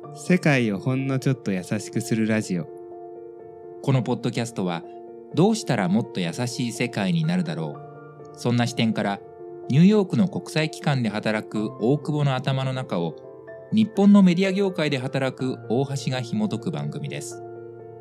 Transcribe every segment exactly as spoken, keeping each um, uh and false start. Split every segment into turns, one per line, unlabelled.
世界をほんのちょっと優しくするラジオ。
このポッドキャストはどうしたらもっと優しい世界になるだろう、そんな視点からニューヨークの国際機関で働く大久保の頭の中を日本のメディア業界で働く大橋が紐解く番組です。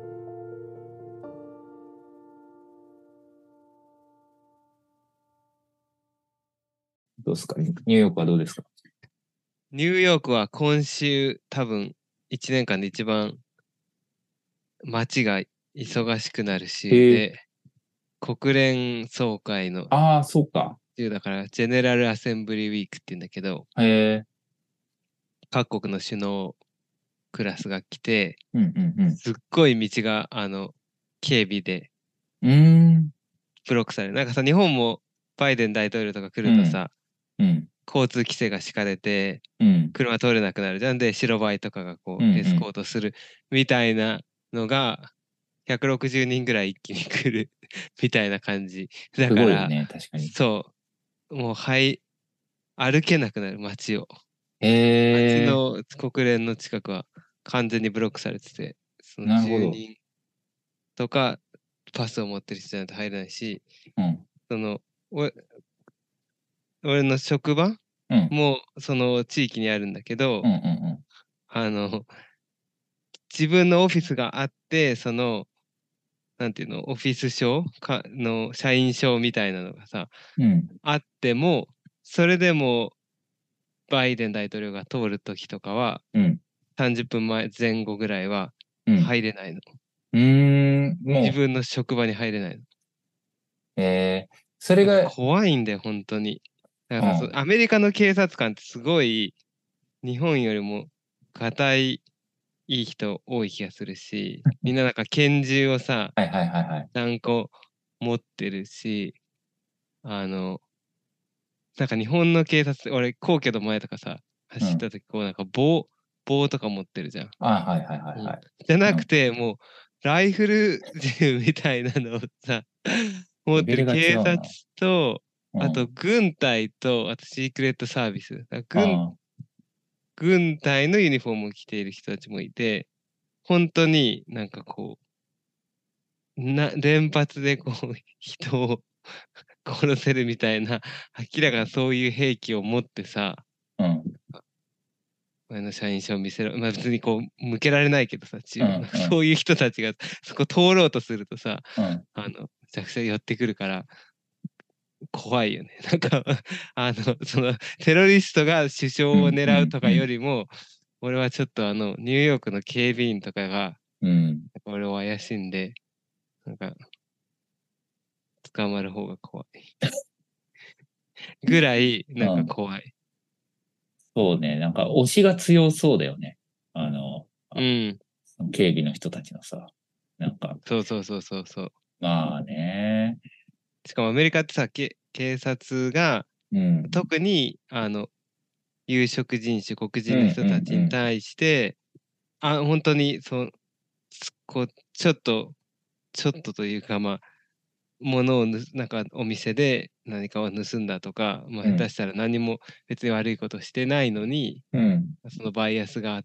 どうですか、ニューヨークはどうですか？
ニューヨークは今週多分いちねんかんで一番街が忙しくなる週で、国連総会の
ああ、そうか。
週だからジェネラルアセンブリーウィークって言うんだけど、
へえ。
各国の首脳クラスが来て、
うんうんうん。
すっごい道があの警備で
うーん。
ブロックされる。なんかさ、日本もバイデン大統領とか来るとさ、
うん。
交通規制が敷かれて
うん。
車通れなくなるじゃん。で白バイとかがこ
うんうん
うエスコートするみたいなのがひゃくろくじゅうにんぐらい一気に来るみたいな感じだ
す
から、
ごいよね、確かに。
そうもうはい歩けなくなる街を。街
へえ。
の国連の近くは完全にブロックされてて、その住
なるほど。
人とかパスを持ってる人じゃないと入れないし、
うん。
そのお俺の職場
うん。
もその地域にあるんだけど、
うんうんうん。
あの自分のオフィスがあって、そのなんていうの、オフィス証かの社員証みたいなのがさ、
うん。
あっても、それでもバイデン大統領が通るときとかは、
うん。
さんじゅっぷんまえ前後ぐらいは
うん。
入れないの。
うーん。
自
も
分の職場に入れないの。
う、えー、それ
なんか
が、
怖いんだよ、本当に。だからさ、そ
うん。
アメリカの警察官ってすごい日本よりも堅い、いい人多い気がするし、みんななんか拳銃をさ、
はいはいはいはい。
何個持ってるし、あの、なんか日本の警察、俺、皇居の前とかさ、
うん。
走った時、こうなんか棒、棒とか持ってるじゃん。
あ、はいはいはい
うん。
はい。
じゃな
うん。
くて、もう、ライフル銃みたいなのをさ、持ってる
レベルが違
警察
うな。
と、あと
うん。
軍隊と、あとシークレットサービス。だから軍、
あ
軍隊のユニフォームを着ている人たちもいて、本当になんかこう、な、連発でこう、人を殺せるみたいな、明らかなそういう兵器を持ってさ、
あ、うん。
前の社員証を見せろ。まあ別にこう、向けられないけどさ、銃を。
うん。うん。
そういう人たちがそこ通ろうとするとさ、
うん。
あの、めちゃくちゃ寄ってくるから、怖いよね。なんか、あの、その、テロリストが首相を
うん。うん。
狙うとかよ
うん。
りも、俺はちょっとあの、ニューヨークの警備員とかが、
うん。
俺を怪しんで、なんか、捕まる方が怖い。ぐらい、なんか
うん。
怖い。
そうね。なんか、推しが強そうだよね。あの、あ
うん。
警備の人たちのさ。なんか、
そうそうそうそうそう。
まあね。
しかもアメリカってさ、け警察が、
うん。
特に、あの、有色人種、黒
うん。
人の人たちに
うん。
対して、あ、本当に、そう、つこう、ちょっと、ちょっとというか、まあ、物をぬ、なんかお店で何かを盗んだとか、まあ、
うん。
下手したら何も別に悪いことしてないのに、
うん。
そのバイアスがあって、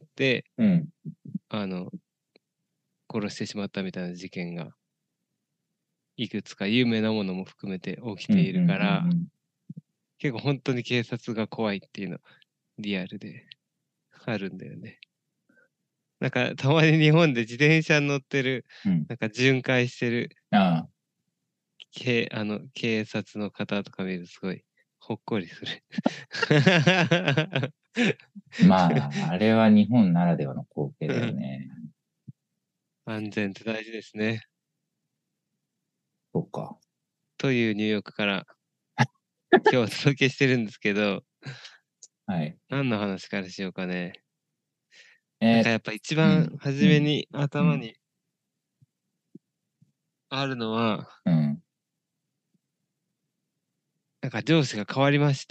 うん。
あの、殺してしまったみたいな事件が、いくつか有名なものも含めて起き
うん。う
ているから、
ん。
結構本当に警察が怖いっていうの、リアルであるんだよね。なんか、たまに日本で自転車に乗ってる、
うん。
なんか巡回してる、
ああ。
けあの、警察の方とか見るとすごい、ほっこりする。
まあ、あれは日本ならではの光景だよね。
安全って大事ですね。
そうか。
というニューヨークから今日お届けしてるんですけど、
はい。
何の話からしようかね。なんか
え
やっぱ一
ー、うん。
番初
うん。
めに
うん。
頭にあるのは、
うん。
なんか上司が変わりまして、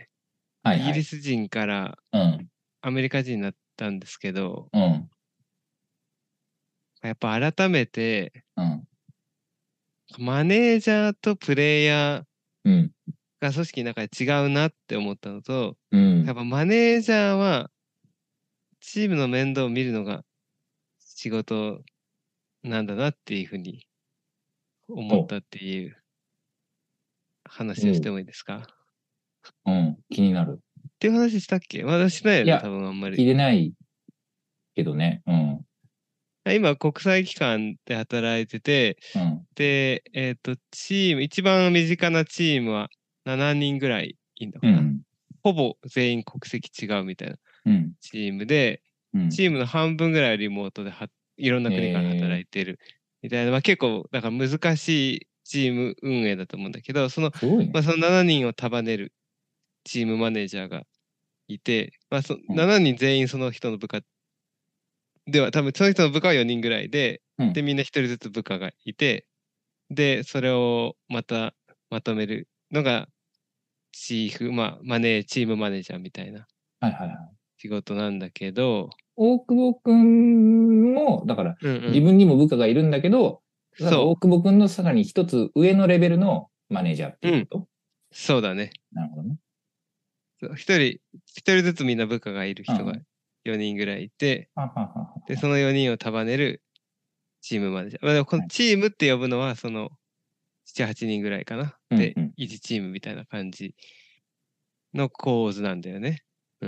イギ
はいはい。
リス人から
うん。
アメリカ人になったんですけど、
うん。
やっぱ改めて、
うん。
マネージャーとプレイヤー
うん。
が組織の中で違うなって思ったのと、
うん。
やっぱマネージャーはチームの面倒を見るのが仕事なんだなっていうふうに思ったっていう話をしてもいいですか？
うん、気になる。
っていう話したっけ？まだしないよね、
いや、
多分あんまり。
聞いてないけどね。うん。
今、国際機関で働いてて、
うん。
で、えっと、チーム、一番身近なチームはしちにんぐらいいるのかな。
うん。
ほぼ全員国籍違うみたいな
うん。
チームで、
うん。
チームの半分ぐらいはリモートではいろんな国から働
え
いてるみたいな、まあ、結構、だから難しいチーム運営だと思うんだけど、その、
ー、すごいね。
まあ、そのしちにんを束ねるチームマネージャーがいて、まあ、そ
うん。
しちにん全員その人の部下では、多分その人の部下はよにんぐらいで、
うん。
で、みんなひとりずつ部下がいて、で、それをまたまとめるのがチーフ、まあ、マネー、チームマネージャーみたいな
はいはいはい。
仕事なんだけど、
大久保くんも、だから
うんうん。
自分にも部下がいるんだけど、だから大
そ
久保くんのさらに一つ上のレベルのマネージャーって
う。うん。
いうこと？
そうだね。
なるほどね。
そう一人、一人ずつみんな部下がいる人が
うん。
よにんぐらいいて、
ははは
で、
は。
そのよにんを束ねるチームマネージャー。まあ、でもこの
はい。
チームって呼ぶのは、そのなな、はちにんぐらいかな。で、
うんうん。
いちチームみたいな感じの構図なんだよね。うん。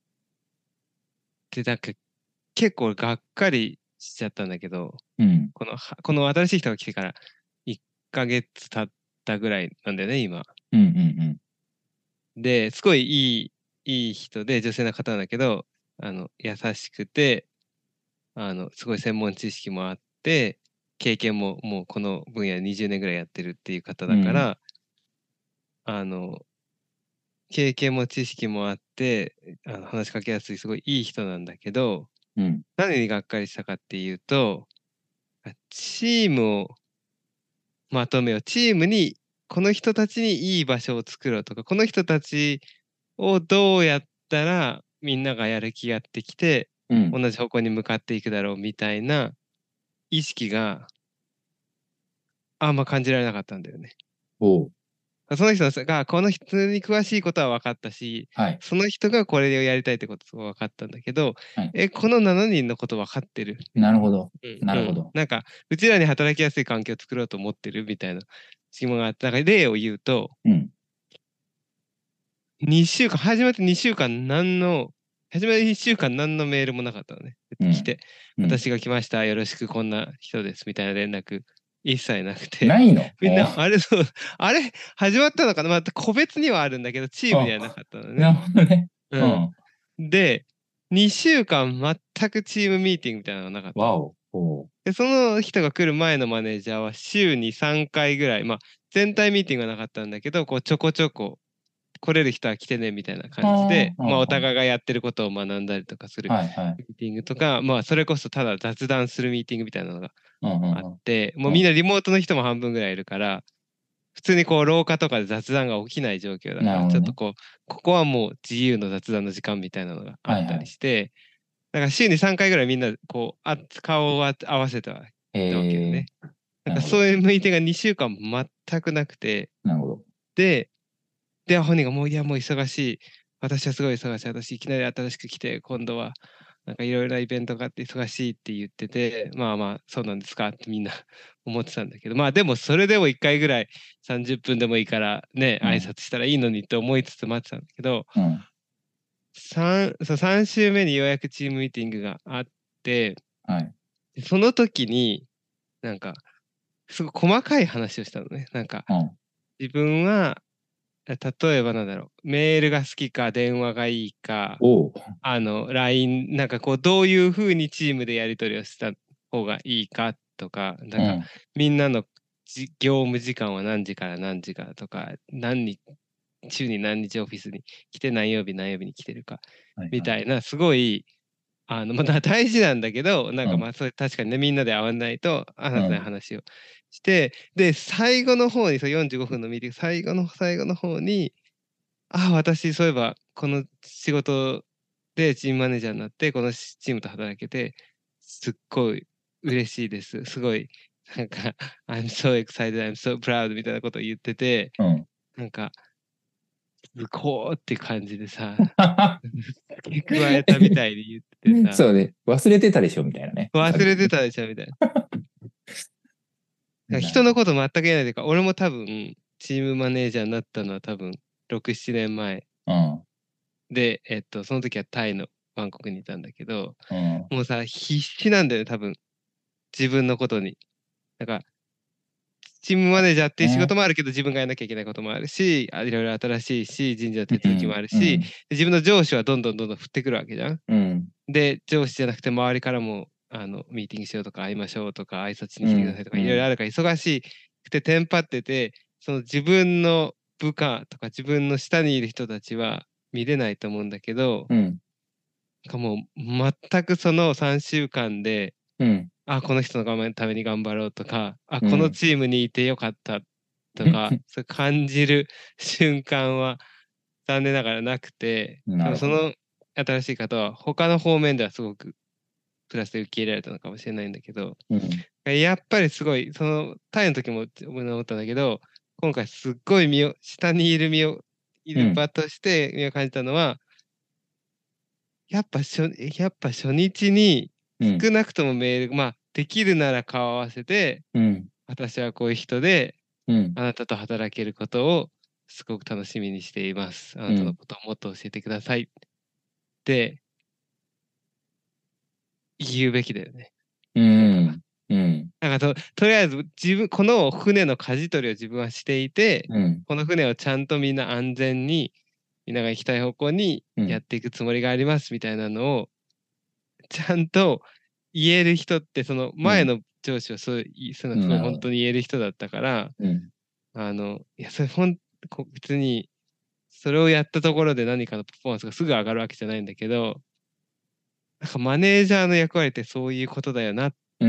で、なんか結構がっかりしちゃったんだけど、
うん。
このは、この新しい人が来てからいっかげつ経ったぐらいなんだよね、今。
うんうん
で、すごいいい、いい人で、女性の方なんだけど、あの、優しくて、あの、すごい専門知識もあって、経験ももうこの分野にじゅうねんぐらいやってるっていう方
うん。うん。
だから、あの、経験も知識もあって、あの話しかけやすい、すごいいい人なんだけど、
うん。
何にがっかりしたかっていうと、あチームをまとめよう。チームに、この人たちにいい場所を作ろうとか、この人たちをどうやったらみんながやる気がってきて、
うん。
同じ方向に向かっていくだろうみたいな意識があんま感じられなかったんだよね。
おう。
その人が、この人に詳しいことは分かったし、
はい。
その人がこれをやりたいってことすごい分かったんだけど、
はい。
え、このしちにんのこと分かってるみたいな。
なるほど。
うんうん。
なるほど。
なんか、うちらに働きやすい環境を作ろうと思ってるみたいな質問があって、なんか例を言うと、
うん。
にしゅうかん、始まってにしゅうかん何の、始まっていっしゅうかん何のメールもなかったのね。
うん。
来て、
うん。
私が来ました、よろしくこんな人ですみたいな連絡、一切なくて、
ないの？
みんな、
おう。
あれ、そう、あれ、始まったのかな、また個別にはあるんだけど、チームに
あ、
はなかったの
なる
ね。
ほどね。
うん。
うん。
で、にしゅうかん全くチームミーティングみたいなのがなかったの。
わお。おう。
で、その人が来る前のマネージャーは週にさんかいぐらい、まあ、全体ミーティングはなかったんだけど、こうちょこちょこ来れる人は来てねみたいな感じ
あ
で、
あ、
まあ、お
ああ、
互いがやってることを学んだりとかする
はいはい。
ミーティングとか、まあ、それこそただ雑談するミーティングみたいなのが
うんうん
あっ
うん。
て、もう
うん。
みんなリモートの人も半分ぐらいいるから、普通にこう廊下とかで雑談が起きない状況だから、
なるほどね。
ちょっとこう、ここはもう自由の雑談の時間みたいなのがあった
はいはい。
りして、だから週にさんかいぐらいみんなこう、あ顔を合わせてはいたわけよ
え
ね。
ー、
なんか
なるほど。
そういう向いてがにしゅうかん全くなくて、
なるほど。
で、で、本人がもう、いや、もう忙しい。私はすごい忙しい。私いきなり新しく来て、今度は、なんかいろいろなイベントがあって忙しいって言ってて、まあまあ、そうなんですかってみんな思ってたんだけど、まあでもそれでもいっかいぐらいさんじゅっぷんでもいいからね、
うん。
挨拶したらいいのにって思いつつ待ってたんだけど、
うん。
さん、そう、さん週目にようやくチームミーティングがあって、
はい。
その時になんか、すごい細かい話をしたのね。なんか、
うん。
自分は例えばなんだろう、メールが好きか、電話がいいか、
おう。
あの、ライン、なんかこう、どういうふうにチームでやり取りをした方がいいかとか、なんか、
うん。
みんなのじ業務時間は何時から何時かとか、何日、週に何日オフィスに来て何曜日何曜日に来てるか、
はいはい。
みたいな、すごい、あの、まあ、大事なんだけど、なん
うん。
かまあ、それ確かにね、みんなで会わないと話せない
うん。
話をして、で、最後の方に、そうよんじゅうごふんのミーティング、最後の最後の方に、ああ、私、そういえば、この仕事でチームマネージャーになって、このチームと働けて、すっごい嬉しいです。すごい、なんか、I'm so excited, I'm so proud みたいなことを言ってて、
うん。
なんか、 こうって感じでさ、付け加えたみたいに言ってさ、
そうね。忘れてたでしょみたいなね。
忘れてたでしょみたいな。人のこと全く言えないというか、俺も多分、チームマネージャーになったのは多分、ろく、ななねんまえ
うん。
で、えっと、その時はタイのバンコクにいたんだけど、
うん。
もうさ、必死なんだよね、多分。自分のことに。なんか、チームマネージャーっていう仕事
ね。
もあるけど、自分がやらなきゃいけないこともあるし、あいろいろ新しいし、人事の
う
手続きも
ん。
あるし、
うん。
で自分の上司はどんどんどんどん振ってくるわけじゃん。
うん。
で、上司じゃなくて周りからも、あの、ミーティングしようとか、会いましょうとか、挨拶に来てくだ
うん。
さいとか、いろいろあるから忙しくてテンパってて、その自分の部下とか自分の下にいる人たちは見れないと思うんだけど、
うん。
なんかもう全くそのさんしゅうかんで、
うん。
あ、この人のためために頑張ろうとか、あ、
うん。
このチームにいてよかったとか、そう感じる瞬間は残念ながらなくて、で
なるほど。
もその新しい方は他の方面ではすごくプラスで受け入れられたのかもしれないんだけど、
うん。
やっぱりすごい、そのタイの時も思ったんだけど、今回すっごい身を、下にいる身を、い
うん。
る場として身を感じたのは、やっぱ初、やっぱ初日に
うん。
少なくともメール、まあ、できるなら顔合わせて、
うん。
私はこういう人で、
うん。
あなたと働けることをすごく楽しみにしています。あなたの
うん。
ことをもっと教えてくださいって言うべきだよね。
う
なんか、
ん。うん。
なんかと、とりあえず自分、この船の舵取りを自分はしていて、
うん。
この船をちゃんとみんな安全に、みんなが行きたい方向に
うん。
やっていくつもりがありますみたいなのを、ちゃんと言える人って、その前の上司はそうい、そのすごい本
なるほど。
当に言える人だったから、
うん。
あの、いや、それほん、こ別に、それをやったところで何かのパフォーマンスがすぐ上がるわけじゃないんだけど、なんかマネージャーの役割ってそういうことだよなっ
うん。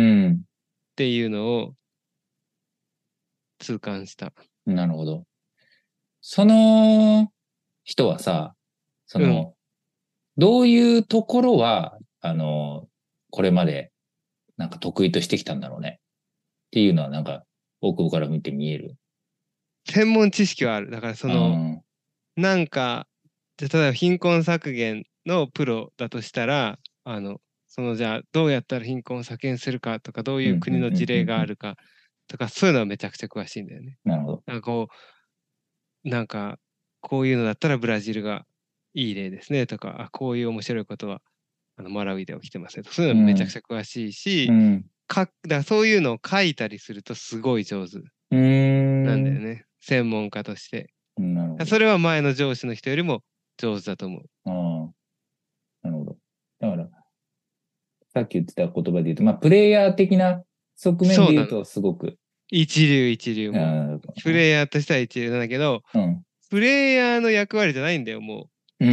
ていうのを痛感した。
なるほど。その人はさ、そ
うん。
の、どういうところは、あの、これまで、なんか得意としてきたんだろうね。っていうのは、なんか、大久保から見て見える。
専門知識はある。だからその、
うん。
なんか、じゃあ例えば貧困削減のプロだとしたら、あの、そのじゃあどうやったら貧困を削減するかとか、どう
うん、
いう
うん、うん、
国の事例
うん。うん。
があるかとか、そういうのはめちゃくちゃ詳しいんだよね。
なるほど。
なんかこう、なんか、こういうのだったらブラジルがいい例ですねとか、あ、こういう面白いことはあのマラウイで起きてますねとか、そういうのめちゃく
うん。
ちゃ詳しいし、
うん。
か、だからそういうのを書いたりするとすごい上手
うーん。
なんだよね。専門家として。
なるほど。
それは前の上司の人よりも上手だと思う。
ああ、なるほど。だから、さっき言ってた言葉で言うと、まあ、プレイヤー的な側面
そうなの。
で言うと、すごく、
一流一流もう。
あ
プレイヤーとしては一流なんだけど、
うん。
プレイヤーの役割じゃないんだよ、もう。
うん。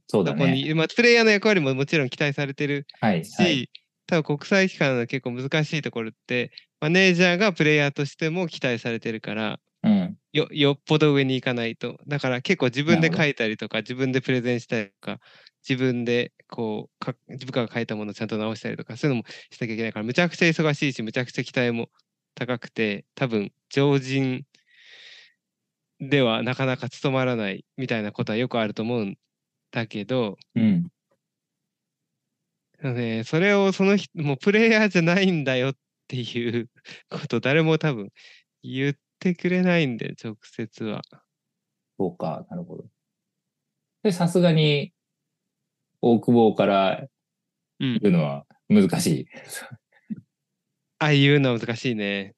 そうだね。
そこに。まあ、プレイヤーの役割ももちろん期待されてる
はい、はい。
し、多分国際機関の結構難しいところって、マネージャーがプレイヤーとしても期待されてるから、
うん。
よ、よっぽど上に行かないと。だから結構自分で書
なるほど。
いたりとか、自分でプレゼンしたりとか、自分でこう、か自分が書いたものをちゃんと直したりとか、そういうのもしなきゃいけないから、むちゃくちゃ忙しいし、むちゃくちゃ期待も高くて、多分常人ではなかなか務まらないみたいなことはよくあると思うんだけど、
うん。
ね、それをその人、もうプレイヤーじゃないんだよっていうこと誰も多分言ってくれないんで、直接は。
そうか、なるほど。で、さすがに、大久保から
うん。
言うのは難しい。
ああいうのは難しいね。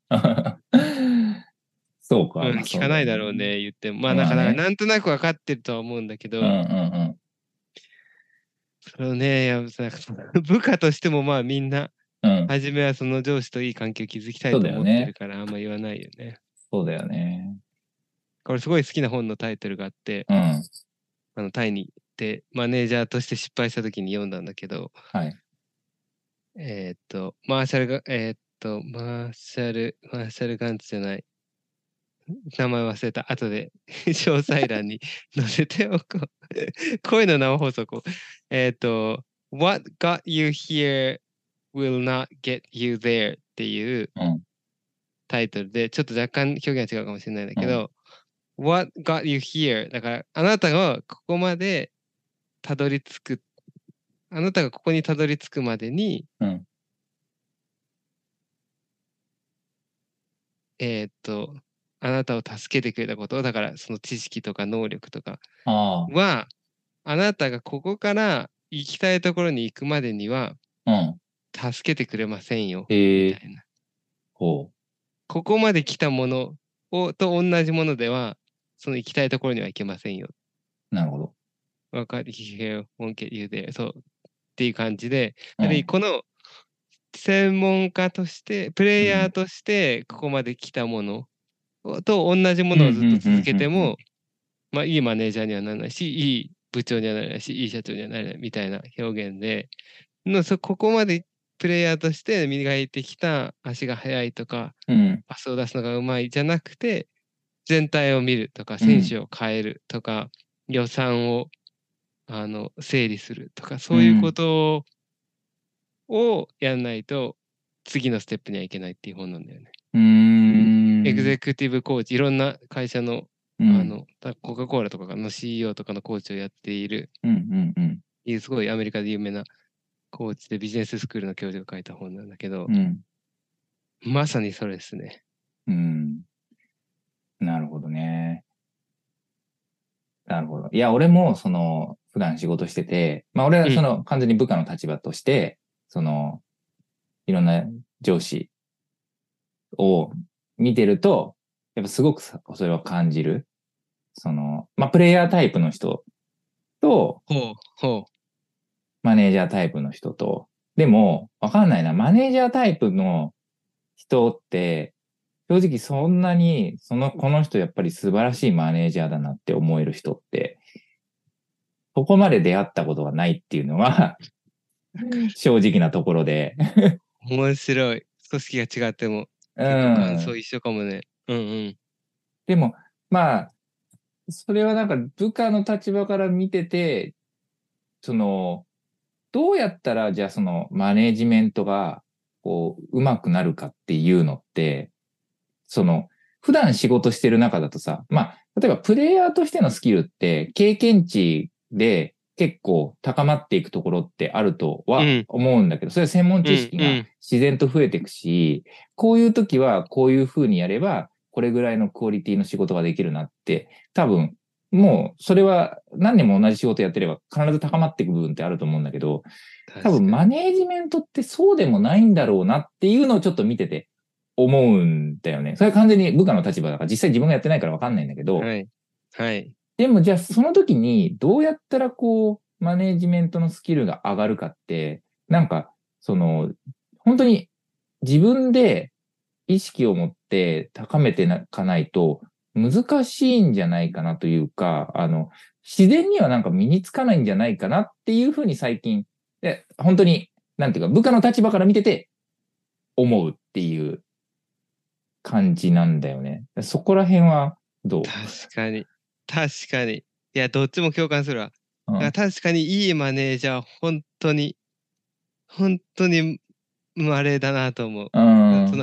そうか、
うん、
まあそうだよね。
聞かないだろうね、言っても。まあ、なんか、なんか
まあね。
なんとなく分かってるとは思うんだけ
うんう
ど、
ん
そのね、いや、なんかその部下としてもまあみんな、
うん。うん。
初めはその上司といい関係を築きた
そう
いと思ってる
だよね。
から、あんま言わないよね。
そうだよね。
これすごい好きな本のタイトルがあって、
うん。
あのタイに行ってマネージャーとして失敗した時に読んだんだけど、
はい。
えーっと、マーシャルが、えーっと、マーシャル、マーシャルガンツじゃない。名前忘れた。後で詳細欄に載せておこう。声の生放送こう。えーっと、What got you here will not get you there っていう
うん。
タイトルで、ちょっと若干表現は違うかもしれないんだ
うん。
けど、 what got you here? だから、あなたがここまでたどり着く、あなたがここにたどり着くまでに、
うん。
えーっと、あなたを助けてくれたこと、だからその知識とか能力とか
あ
は、あなたがここから行きたいところに行くまでには、
あ。うん。
助けてくれませんよ、み
ええ、
たいな。
ほ
ここまで来たものをと同じものでは、その行きたいところには行けませんよ。
う。なるほど。
わかり、本家言うで、そう。っていう感じで、で、
うん。
この専門家として、プレイヤー
うん。
としてここまで来たものと同じも
うん。う
のをずっと
ん。うん。
続け
うん。うん。
ても、まあ、いいマネージャーにはならないし、いい部長にはならないし、いい社長にはならないみたいな表現で、のそここまでプレイヤーとして磨いてきた足が速いとか、
うん。
パスを出すのがうまいじゃなくて、全体を見るとか、
うん。
選手を変えるとか、予算をあの整理するとか、そういうこ
うん。
とをやらないと、次のステップにはいけないっていう本なんだよね。
うーん。
エグゼクティブコーチ、いろんな会社の、
うん。
あの、コカ・コーラとかの シーイーオー とかのコーチをやっている、
うん。うん。うん。
いうすごいアメリカで有名なコーチでビジネススクールの教授が書いた本なんだけど、
うん。
まさにそれですね。
うん。なるほどね。なるほど。いや、俺も、その、普段仕事してて、まあ、俺は
うん、
その、完全に部下の立場として、その、いろんな上司を見てると、やっぱすごくそれを感じる。その、まあ、プレイヤータイプの人と、
ほう、ほ
マネージャータイプの人と、でも、わかんないな。マネージャータイプの人って、正直そんなに、その、この人やっぱり素晴らしいマネージャーだなって思える人って、ここまで出会ったことがないっていうのは、
う。わかる。
正直なところで。
面白い。組織が違っても、
う
結構感想
ん。
一緒かもね。うんうん。
でも、まあ、それはなんか部下の立場から見てて、その、どうやったら、じゃあそのマネージメントが、こう、うまくなるかっていうのって、その、普段仕事してる中だとさ、まあ、例えばプレイヤーとしてのスキルって、経験値で結構高まっていくところってあるとは
うん、
思うんだけど、それは専門
うん、
知識が
うん。
自然と増えていくし、こういう時はこういう風にやれば、これぐらいのクオリティの仕事ができるなって、多分、もう、それは何年も同じ仕事やってれば必ず高まっていく部分ってあると思うんだけど、多分マ
確かに。
ネージメントってそうでもないんだろうなっていうのをちょっと見てて思うんだよね。それは完全に部下の立場だから実際自分がやってないからわかんないんだけど、
はい。はい。
でもじゃあその時にどうやったらこうマネージメントのスキルが上がるかって、なんかその本当に自分で意識を持って高めていかないと難しいんじゃないかなというか、あの、自然にはなんか身につかないんじゃないかなっていうふうに最近、で本当に、なんていうか部下の立場から見てて思うっていう感じなんだよね。そこら辺はど
確かに。確かに。いや、どっちも共感するわ。
う？うん。
だから確かにいいマネージャー、本当に、本当に稀だなと思う。
うん。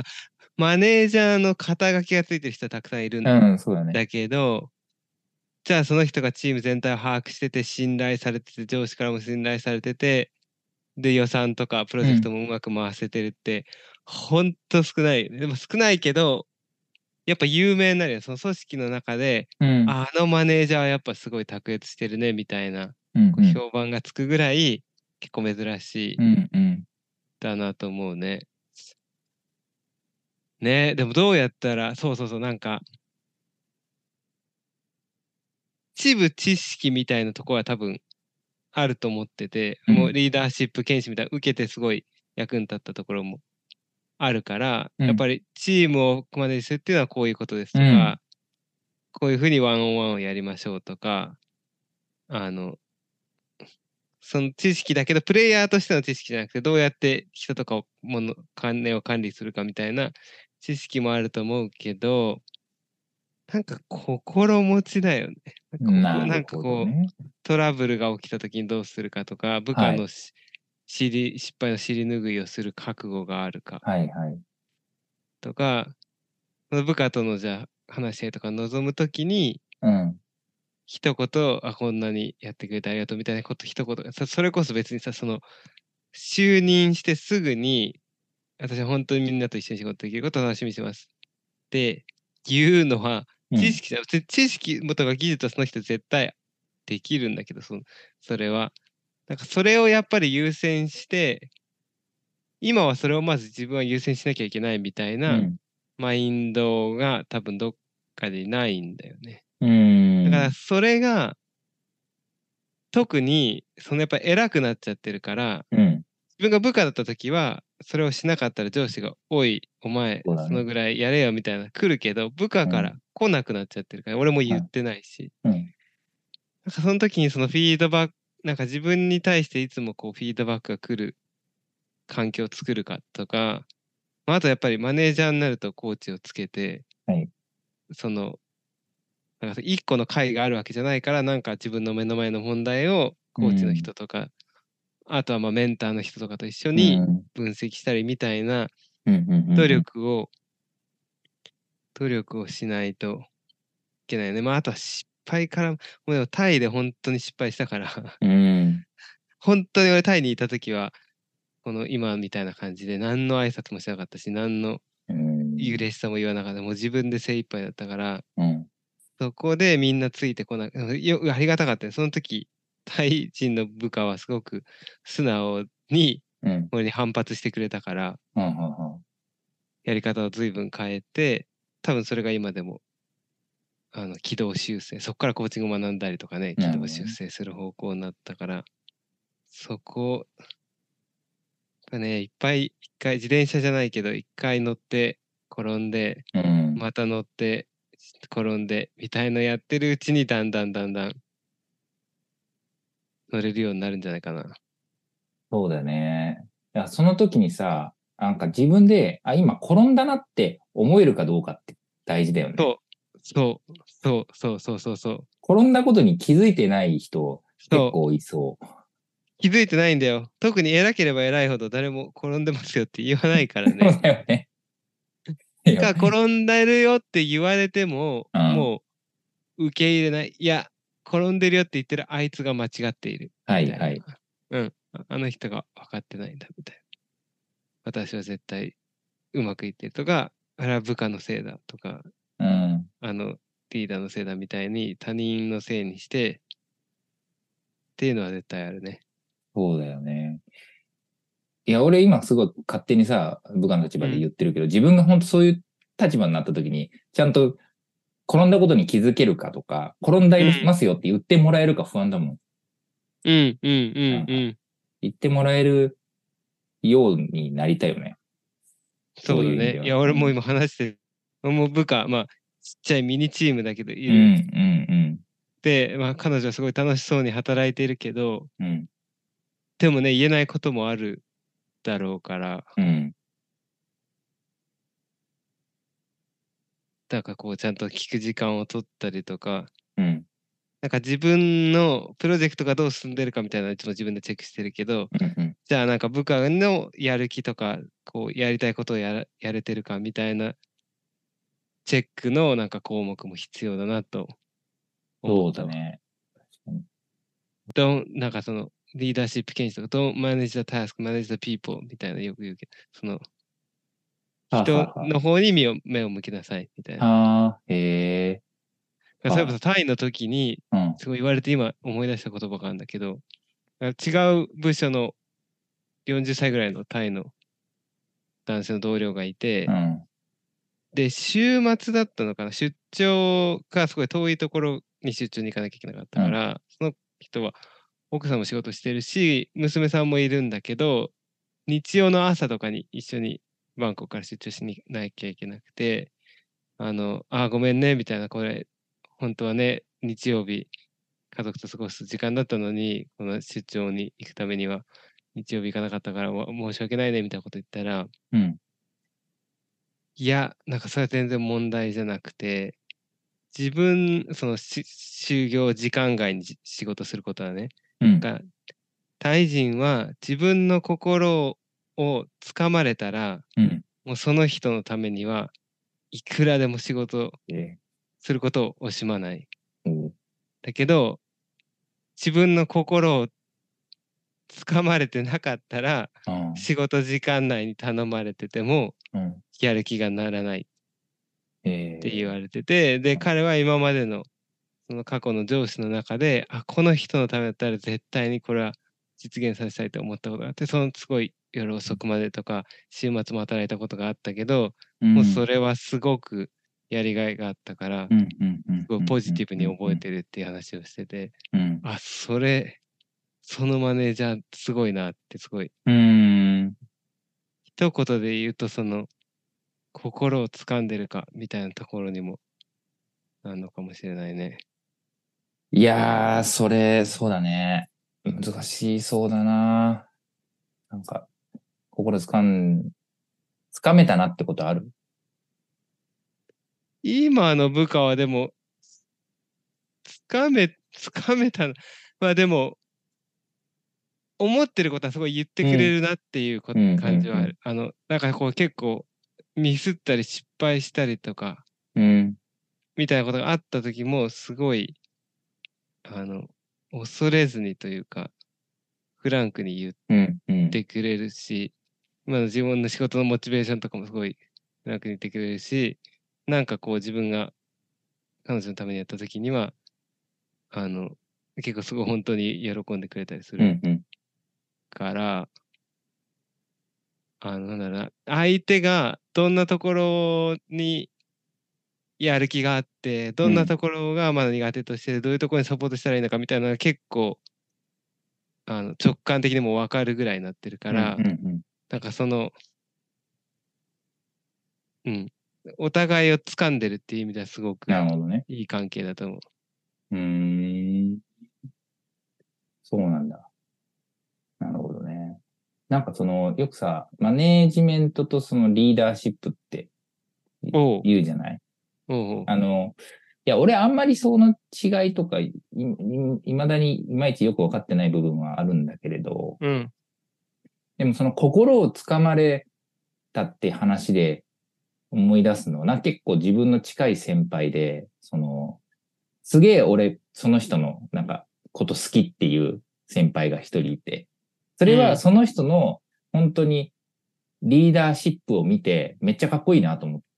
そのマネージャーの肩書きがついてる人はたくさんいるん
うん、そうだね。
だけど、じゃあその人がチーム全体を把握してて、信頼されてて、上司からも信頼されてて、で、予算とかプロジェクト
うん。
もうまく回せてるって、ほんと少ないよね。でも少ないけど、やっぱ有名になるよ。その組織の中で、
うん。
ああのマネージャーはやっぱすごい卓越してるね、みたいな、
うん。
こう
うん。
評判がつくぐらい、結構珍しい
うん。うん。
だなと思うね。ね、でもどうやったら、そうそうそう、なんか、一部知識みたいなところは多分あると思ってて、もう
うん。
リーダーシップ研修みたいなの受けてすごい役に立ったところもあるから、
うん。
やっぱりチームをマネージするっていうのはこういうことです
うん。
とか、こういうふうにワンオンワンをやりましょうとか、あの、その知識だけど、プレイヤーとしての知識じゃなくて、どうやって人とかを、もの、金を管理するかみたいな知識もあると思うけど、なんか心持ちだよね。ここ、なんか
なるほど
こう、
ね。
トラブルが起きた時にどうするかとか、部下
はい。
のし尻、失敗の尻拭いをする覚悟があるか
はいはい。
とか、その部下とのじゃあ話し合いとか望むときに、
うん。
一言、あ、こんなにやってくれてありがとうみたいなこと一言、さそれこそ別にさ、その、就任してすぐに、私は本当にみんなと一緒に仕事できることを楽しみにしてます。っていうのは、
うん。
知識じゃ、別に知識とか技術はその人絶対できるんだけど、そそれは。なんかそれをやっぱり優先して、今はそれをまず自分は優先しなきゃいけないみたいうなん。マインドが多分どっかでないんだよね。
うー
だから
ん。
それが、特にそのやっぱ偉くなっちゃってるから、
うん。
自分が部下だった時は、それをしなかったら上司が、おい、お前、
そうだね。
そのぐらいやれよみたいな来るけど、部下から
うん。
来なくなっちゃってるから、俺も
はい。
言ってないし。
うん。
なんかその時にそのフィードバック、なんか自分に対していつもこうフィードバックが来る環境を作るかとか、まあ、あとやっぱりマネージャーになるとコーチをつけて、
はい。
その、なんか一個の会があるわけじゃないから、なんか自分の目の前の問題を
う
コーチの
ん。
人とか、あとはまあメンターの人とかと一緒
う
に
ん。
分析したりみたいな
うん。うん。
努
うん。
力を、努力をしないといけないよね。まああとは失敗から、もうでもタイで本当に失敗したから
うん。
本当に俺タイにいた時は、この今みたいな感じで何の挨拶もしなかったし、何の
うん。
嬉しさも言わなかった。もう自分で精一杯だったから、
うん。
そこでみんなついてこなく、よありがたかったね。その時、タイ人の部下はすごく素直に
うん。
俺に反発してくれたから、
うん。
やり方を随分変えて、多分それが今でも、あの、軌道修正、そこからコーチングを学んだりとかね、軌道修
なるほどね。
正する方向になったから、そこ、ね、いっぱい、一回、自転車じゃないけど、一回乗って転んで、
うん。
また乗って転んで、みたいのやってるうちにだんだんだんだん乗れるようになるんじゃないかな。
そうだよね。いや、その時にさ、なんか自分で、あ、今転んだなって思えるかどうかって大事だよね。
そう、そう、そう、そう、そう、そう、そう。
転んだことに気づいてない人結
そう
構いそ
気づいてないんだよ。特に偉ければ偉いほど誰も転んでますよって言わないか
う。
ら
そ
ね。
うだよね。いや、
か、転んでるよって言われても、
うん。
もう受け入れない。いや、転んでるよって言ってるあいつが間違っている。みたいな。
はいはい。
うん。ああの人が分かってないんだ、みたいな。私は絶対うまくいってるとか、あれは部下のせいだとか、
うん。
あの、リーダーのせいだみたいに他人のせいにしてっていうのは絶対あるね。
そうだよね。いや、俺今すごい勝手にさ、部下の立場で
うん。
言ってるけど、自分が本当そういう立場になった時に、ちゃんと転んだことに気づけるかとか、転んだ
うん。
ますよって言ってもらえるか不安だもん。
うん。うん。うん。
なんか、
うん。
言ってもらえるようになりたいよね。そう
そうだね。
いう意味では。
いや、
うん。
俺も今話してる。もう部下、まあ、ちっちゃいミニチームだけどい
うん、
る。
うん、
で、まあ、彼女はすごい楽しそうに働いているけど、
うん、
でもね、言えないこともあるだろうから、
うん、
だからこう、ちゃんと聞く時間を取ったりとか、
うん、
なんか自分のプロジェクトがどう進んでるかみたいなのをいつも自分でチェックしてるけど、
うん、うん。
じゃあなんか部下のやる気とか、こう、やりたいことをやらやれてるかみたいなチェックのなんか項目も必要だなと思っ
そうだ
たわ。
ね。
Don't なんかそのリーダーシップ研修とか Don't manage the task, manage the people みたいなよく言うけど、その
はあ、
人
はあ、は
の方に目を目を向きなさいみたい
あ。
な。
はあ、へえ。
そういえば
は
さタイの時に
あ、うん、
すごい言われて今思い出した言葉があるんだけど、違う部署のよんじゅっさいぐらいのタイの男性の同僚がいて、
うん、
で、週末だったのかな、出張がすごい遠いところに出張に行かなきゃいけなかった
うん、
から、その人は奥さんも仕事してるし、娘さんもいるんだけど、日曜の朝とかに一緒にバンコクから出張しになきゃいけなくて、あの、あー、ごめんね、みたいな、これ、本当はね、日曜日、家族と過ごす時間だったのに、この出張に行くためには、日曜日行かなかったから、わ申し訳ないね、みたいなこと言ったら、
うん、
いや、なんかそれは全然問題じゃなくて、自分、そのし就業時間外にじ仕事することはね、
うん、
が、タイ人は自分の心をつかまれたら、
うん。
もうその人のためにはいくらでも仕事
え
することを惜しまない。
うん
だけど、自分の心を掴まれてなかったら、
うん
仕事時間内に頼まれてても、
うん
やる気がならないっ
え
て言わ
ー
れてて、で、
うん
彼は今までのその過去の上司の中で、あ、この人のためだったら絶対にこれは実現させたいと思ったことがあって、そのすごい夜遅くまでとか、週末も働いたことがあったけど、もうそれはすごくやりがいがあったから、
うんうんうん
すごいポジティブに覚え
る。
てるっていう話をしてて、
うん
あ、それ、そのマネージャーすごいなってすごい、
うん
一言で言うとその、心を掴んでるかみたいなところにもなるのかもしれないね。
いやー、それ、そうだね。難しそうだな。なんか、心つかん、つかめたなってことある？
今の部下はでも、つかめ、つかめたな。まあでも、思ってることはすごい言ってくれ
うん、
るなっていうこ
うん、うん、
感じはある。あの、なんかこう結構ミスったり失敗したりとか、
うん、
みたいなことがあった時も、すごい、あの、恐れずにというか、フランクに言っ
うん、うん、
てくれるし、今の自分の仕事のモチベーションとかもすごいフランクに言ってくれるし、なんかこう自分が彼女のためにやった時には、あの、結構すごい本当に喜んでくれたりする
うん、うん、
から、あの、なんだろうな、相手がどんなところにやる気があって、どんな
うん、
ところがまだ苦手として、どういうところにサポートしたらいいのかみたいなのが結構、あの、直感的にも分かるぐらいになってるか
うん、
ら、
うん。
なんかその、うん、お互いを掴んでるっていう意味ではすごく
なるほどね。
いい関係だと思う。
うーん、そうなんだ。なるほどね。なんかその、よくさ、マネージメントとそのリーダーシップって
おう、
言うじゃない？
おう、おう、
あの、いや、俺あんまりその違いとかい、い、いまだにいまいちよくわかってない部分はあるんだけれど、
うん、
でもその心をつかまれたって話で思い出すのは、な、結構自分の近い先輩で、その、すげえ俺、その人のなんかこと好きっていう先輩が一人いて、それは
うん、
その人の本当にリーダーシップを見てめっちゃかっこいいなと思って、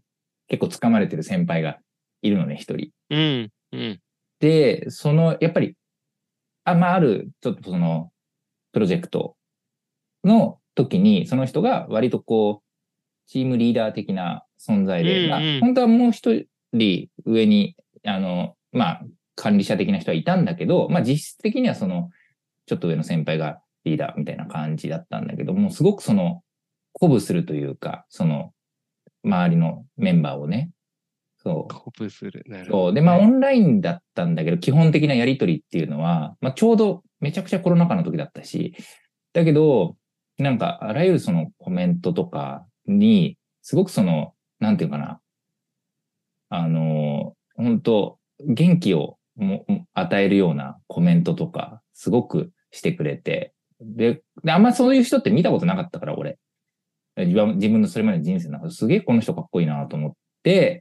結構つかまれてる先輩がいるのね、一人。
うん、うん、
で、その、やっぱり、あ、まあ、ある、ちょっとその、プロジェクトの時に、その人が割とこう、チームリーダー的な存在
うん、
で、まあ、
うん、
本当はもう一人上に、あの、まあ、管理者的な人はいたんだけど、まあ、実質的にはその、ちょっと上の先輩がリーダーみたいな感じだったんだけども、すごくその、鼓舞するというか、その、周りのメンバーをね、そう、
鼓舞する。なるほ
そう。で、まあ、オ
どね。
ンラインだったんだけど、基本的なやりとりっていうのは、まあ、ちょうどめちゃくちゃコロナ禍の時だったし、だけど、なんか、あらゆるそのコメントとかに、すごくその、なんていうかな、あの、本当元気をも与えるようなコメントとか、すごくしてくれて、で、であんまそういう人って見たことなかったから、俺。自分自分のそれまでの人生の中ですげえこの人かっこいいなと思って、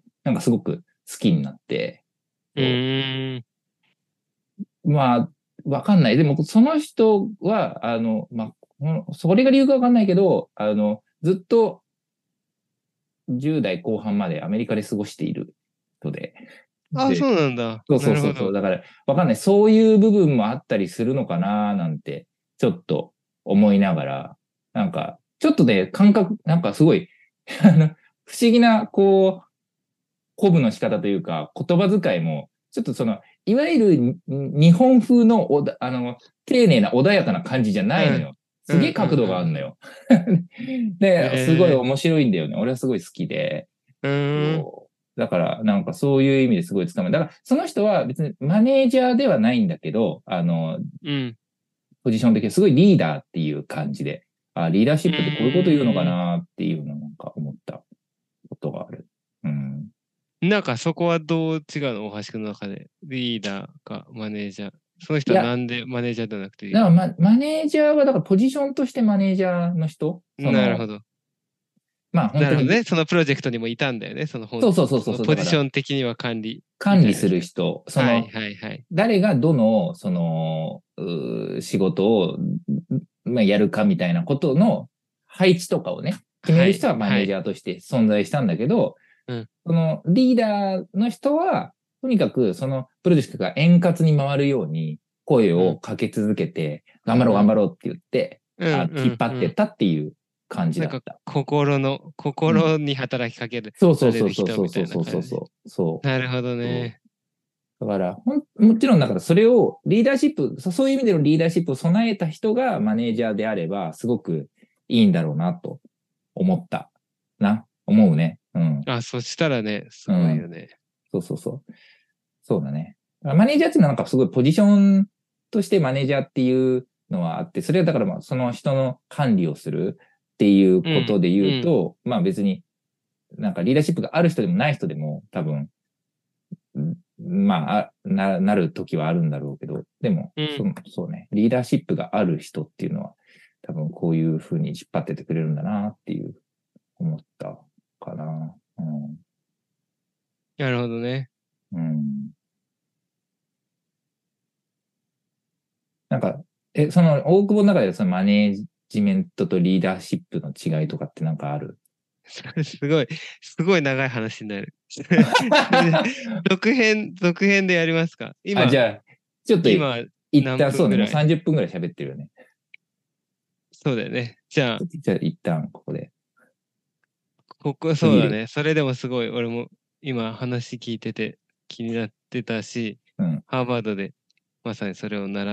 なんかすごく好きになって、
う
そ
ーん、
う。まあ、わかんない。でも、その人は、あの、まあ、それが理由かわかんないけど、あの、ずっとじゅう代後半までアメリカで過ごしている人で、
あ、
で、
そうなんだ。
そうそうそうそう。
なるほど。
だから、わかんない。そういう部分もあったりするのかななんて、ちょっと思いながら、なんか、ちょっとね、感覚、なんかすごい、あの、不思議な、こう、鼓舞の仕方というか、言葉遣いも、ちょっとその、いわゆる日本風のおだ、あの、丁寧な穏やかな感じじゃ
うん、
ないのよ。
うん、うん、
すげえ角度があ
うん。
るのよ。で、すごい
え
面白いんだよね。俺はすごい好きで。
ー、うーん、
そう。だから、なんかそういう意味ですごいつかめる。だから、その人は別にマネージャーではないんだけど、あの、
うん、
ポジション的にすごいリーダーっていう感じで、あ、リーダーシ
う
ップってこういうこと言うのか
ーん。
なっていうのをなんか思ったことがある。うん。
なんかそこはどう違うの大橋君の中で。リーダーかマネージャー。その人はな
いや、
んでマネージャーじゃなくてリーダ
だからマ、マネージャーは、だからポジションとしてマネージャーの人、
ー。
その、
なるほど。
まあ本当に、
なるほどね。そのプロジェクトにもいたんだよね。その本、
そうそうそう
そ
そうそう、だから
のポジション的には管理
管理する人、そ
はい
の、
はいはい。
誰がどの、その、う仕事を、まあ、やるかみたいなことの配置とかをね、決め
はい
る人はマネ
はい。
ージャーとして存在したんだけど、
うん。
そのリーダーの人は、とにかくそのプロジェクトが円滑に回るように声を
うん。
かけ続けて、頑張ろう
うん。
頑張ろうって言って、
うん
あ、引っ張ってっ
うんうん。
たっていう感じ
なんか
だった。
心の、
うん。
心に働きかけ
そうそう
られる
そうそう
人みたい
そうそうそうそ
な感じ。
うそう。そう
なるほど
そう
ね。
だから、ほん、もちろん、だからそれをリーダーシップ、そそういう意味でのリーダーシップを備えた人がマネージャーであれば、すごくいいんだろうなと思った。な、思うね。うん。
あ、そしたらね、す
うん。
ごいよね。
そうそうそう。そうだね。マネージャーっていうのはなんかすごいポジションとしてマネージャーっていうのはあって、それはだからまあその人の管理をするっていう
うん。
ことで
うん。
言うと、まあ別になんかリーダーシップがある人でもない人でも多分まあ、な、なる時はあるんだろうけど、でも、そ
うん。
そうね、リーダーシップがある人っていうのは、多分こういうふうに引っ張っててくれるんだなっていう思ったかな。うん。
なるほどね。
うん、なんか、え、その大久保の中でそのマネージメントとリーダーシップの違いとかってなんかある？
すごい、すごい長い話になる。続編、続編でやりますか？
あ、じ
今、
ゃあ、ちょっと
今、何
一旦そうね、もう
分ぐらい？
さんじゅっぷんぐらい喋ってるよね。
そうだよね。じゃあ、
じゃあ一旦ここで
ここ、
区切る。
そうだね。それでもすごい、俺も今話聞いてて気になってたし、
うん。
ハーバードでまさにそれを習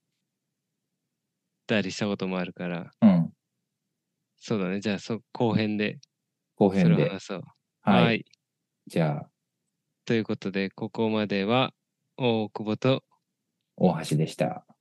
ったりしたこともあるから、
うん。
そうだね。じゃあ、そ、後編でそれ
後編で。
を話そう。
はい。
はい。
じゃあ、
ということで、ここまでは、大久保と、
大橋でした。